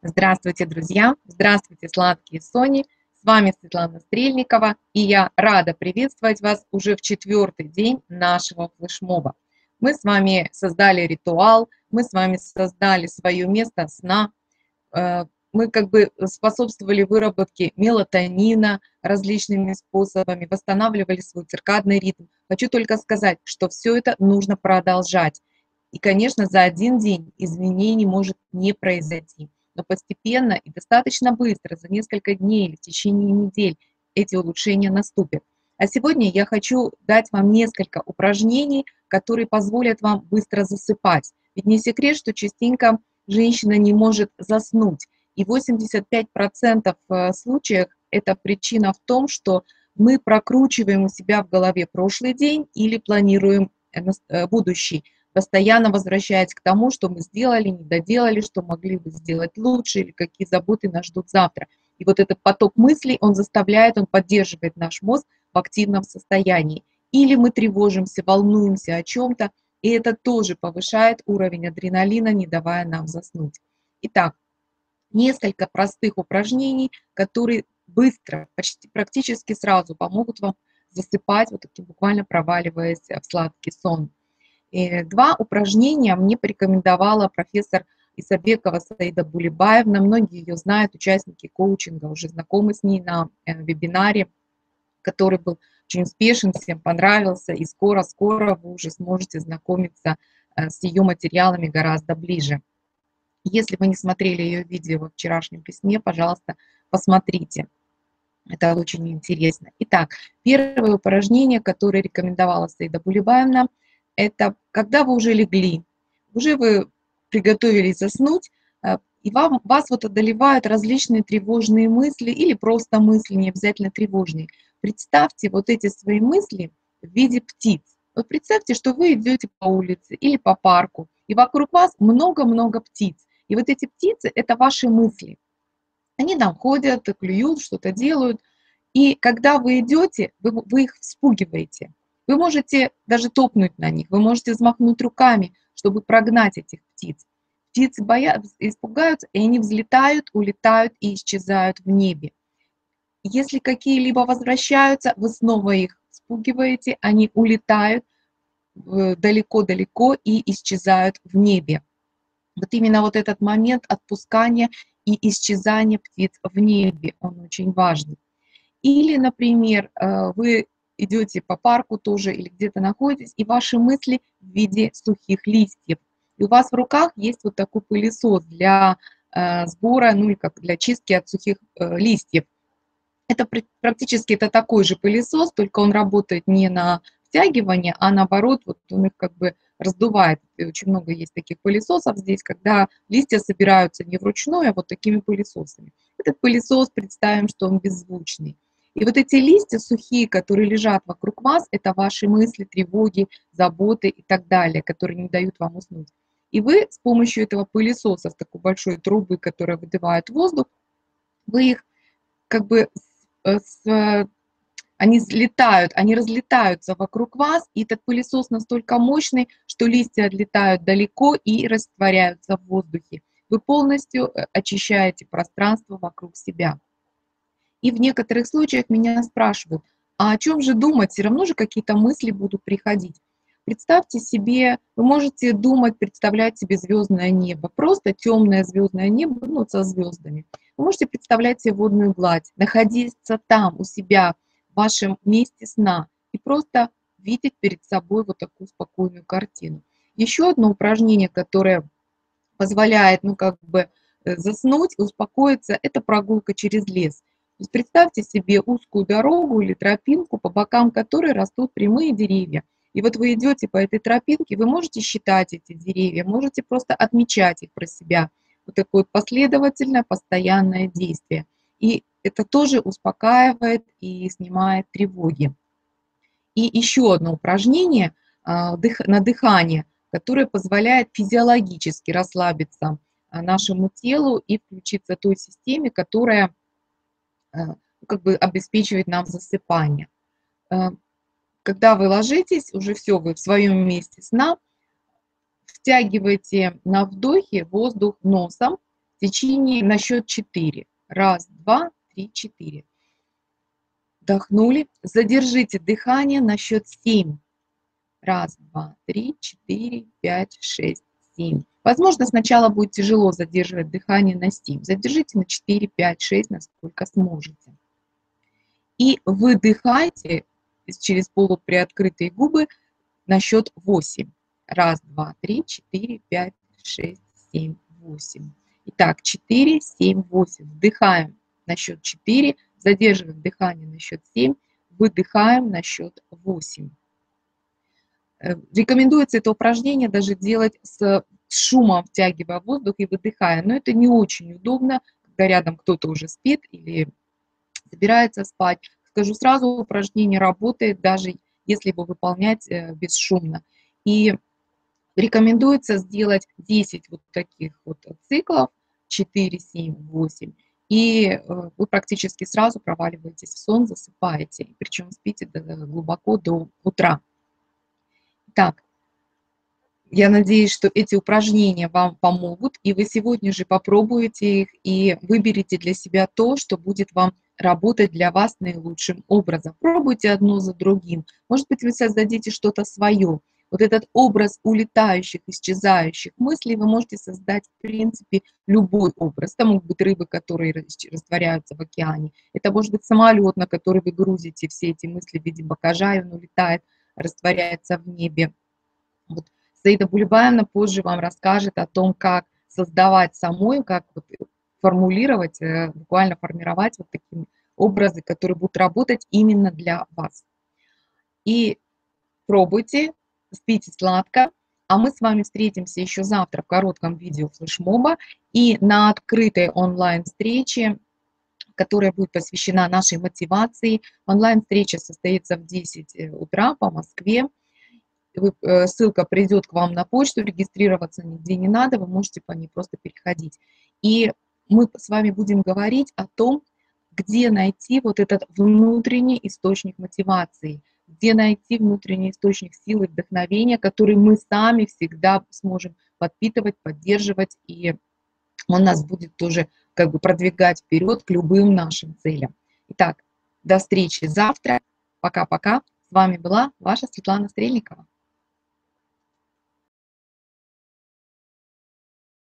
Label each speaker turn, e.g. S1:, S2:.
S1: Здравствуйте, друзья! Здравствуйте, сладкие Сони! С вами Светлана Стрельникова, и я рада приветствовать вас уже в 4-й день нашего флешмоба. Мы с вами создали ритуал, мы с вами создали свое место сна, мы как бы способствовали выработке мелатонина различными способами, восстанавливали свой циркадный ритм. Хочу только сказать, что все это нужно продолжать. И, конечно, за один день изменений может не произойти, но постепенно и достаточно быстро, за несколько дней или в течение недель эти улучшения наступят. А сегодня я хочу дать вам несколько упражнений, которые позволят вам быстро засыпать. Ведь не секрет, что частенько женщина не может заснуть. И 85% случаев это причина в том, что мы прокручиваем у себя в голове прошлый день или планируем будущий, постоянно возвращаясь к тому, что мы сделали, не доделали, что могли бы сделать лучше или какие заботы нас ждут завтра. И вот этот поток мыслей, он поддерживает наш мозг в активном состоянии. Или мы тревожимся, волнуемся о чем-то, и это тоже повышает уровень адреналина, не давая нам заснуть. Итак, несколько простых упражнений, которые быстро, почти практически сразу помогут вам засыпать, вот таким буквально проваливаясь в сладкий сон. И 2 упражнения мне порекомендовала профессор Исабекова Саида Булибаевна. Многие ее знают, участники коучинга, уже знакомы с ней на вебинаре, который был очень успешен, всем понравился, и скоро-скоро вы уже сможете знакомиться с ее материалами гораздо ближе. Если вы не смотрели ее видео во вчерашнем письме, пожалуйста, посмотрите. Это очень интересно. Итак, первое упражнение, которое рекомендовала Саида Булибаевна, это когда вы уже легли, уже вы приготовились заснуть, и вас вот одолевают различные тревожные мысли или просто мысли, не обязательно тревожные. Представьте вот эти свои мысли в виде птиц. Вот представьте, что вы идете по улице или по парку, и вокруг вас много-много птиц. И вот эти птицы – это ваши мысли. Они там ходят, клюют, что-то делают. И когда вы идете, вы их вспугиваете. Вы можете даже топнуть на них, вы можете взмахнуть руками, чтобы прогнать этих птиц. Птицы испугаются, и они взлетают, улетают и исчезают в небе. Если какие-либо возвращаются, вы снова их вспугиваете, они улетают далеко-далеко и исчезают в небе. Вот именно вот этот момент отпускания и исчезания птиц в небе, он очень важный. Или, например, вы идете по парку тоже или где-то находитесь, и ваши мысли в виде сухих листьев. И у вас в руках есть вот такой пылесос для сбора, ну или как для чистки от сухих листьев. Это практически это такой же пылесос, только он работает не на втягивание, а наоборот, вот он их как бы раздувает. И очень много есть таких пылесосов здесь, когда листья собираются не вручную, а вот такими пылесосами. Этот пылесос, представим, что он беззвучный. И вот эти листья сухие, которые лежат вокруг вас, это ваши мысли, тревоги, заботы и так далее, которые не дают вам уснуть. И вы с помощью этого пылесоса, с такой большой трубы, которая выдувает воздух, вы их как бы они взлетают, они разлетаются вокруг вас, и этот пылесос настолько мощный, что листья отлетают далеко и растворяются в воздухе. Вы полностью очищаете пространство вокруг себя. И в некоторых случаях меня спрашивают, а о чем же думать? Все равно же какие-то мысли будут приходить. Представьте себе, вы можете думать, представлять себе звездное небо, просто темное звездное небо, ну, со звездами. Вы можете представлять себе водную гладь, находиться там, у себя, в вашем месте сна, и просто видеть перед собой вот такую спокойную картину. Еще одно упражнение, которое позволяет, ну, как бы заснуть, успокоиться, это прогулка через лес. То есть представьте себе узкую дорогу или тропинку, по бокам которой растут прямые деревья. И вот вы идете по этой тропинке, вы можете считать эти деревья, можете просто отмечать их про себя. Вот такое вот последовательное, постоянное действие. И это тоже успокаивает и снимает тревоги. И еще одно упражнение на дыхание, которое позволяет физиологически расслабиться нашему телу и включиться той системе, которая как бы обеспечивает нам засыпание. Когда вы ложитесь, уже все, вы в своем месте сна, втягивайте на вдохе воздух носом, течение на счет 4. Раз, два, три, 4. Вдохнули. Задержите дыхание на счет 7. Раз, два, три, 4, 5, 6, 7. Возможно, сначала будет тяжело задерживать дыхание на 7. Задержите на 4, 5, 6, насколько сможете. И выдыхайте через полуприоткрытые губы на счет 8. Раз, два, три, 4, 5, 6, 7, 8. Итак, 4, 7, 8. Вдыхаем на счет 4, задерживаем дыхание на счет 7, выдыхаем на счет 8. Рекомендуется это упражнение даже делать с шумом, втягивая воздух и выдыхая. Но это не очень удобно, когда рядом кто-то уже спит или собирается спать. Скажу сразу, упражнение работает, даже если его выполнять бесшумно. И рекомендуется сделать 10 вот таких вот циклов, 4, 7, 8. И вы практически сразу проваливаетесь в сон, засыпаете. Причем спите глубоко до утра. Так, я надеюсь, что эти упражнения вам помогут, и вы сегодня же попробуете их и выберете для себя то, что будет вам работать для вас наилучшим образом. Пробуйте одно за другим. Может быть, вы создадите что-то свое. Вот этот образ улетающих, исчезающих мыслей вы можете создать, в принципе, любой образ. Это могут быть рыбы, которые растворяются в океане. Это может быть самолет, на который вы грузите все эти мысли в виде бакажа, и он улетает, растворяется в небе. Вот Саида Булибаевна позже вам расскажет о том, как создавать самой, как вот формулировать, буквально формировать вот такие образы, которые будут работать именно для вас. И пробуйте, спите сладко, а мы с вами встретимся еще завтра в коротком видео флешмоба и на открытой онлайн-встрече, которая будет посвящена нашей мотивации. Онлайн-встреча состоится в 10 утра по Москве. Ссылка придет к вам на почту, регистрироваться нигде не надо, вы можете по ней просто переходить. И мы с вами будем говорить о том, где найти вот этот внутренний источник мотивации, где найти внутренний источник силы, вдохновения, который мы сами всегда сможем подпитывать, поддерживать, и он нас будет тоже как бы продвигать вперед к любым нашим целям. Итак, до встречи завтра. Пока-пока. С вами была ваша Светлана Стрельникова.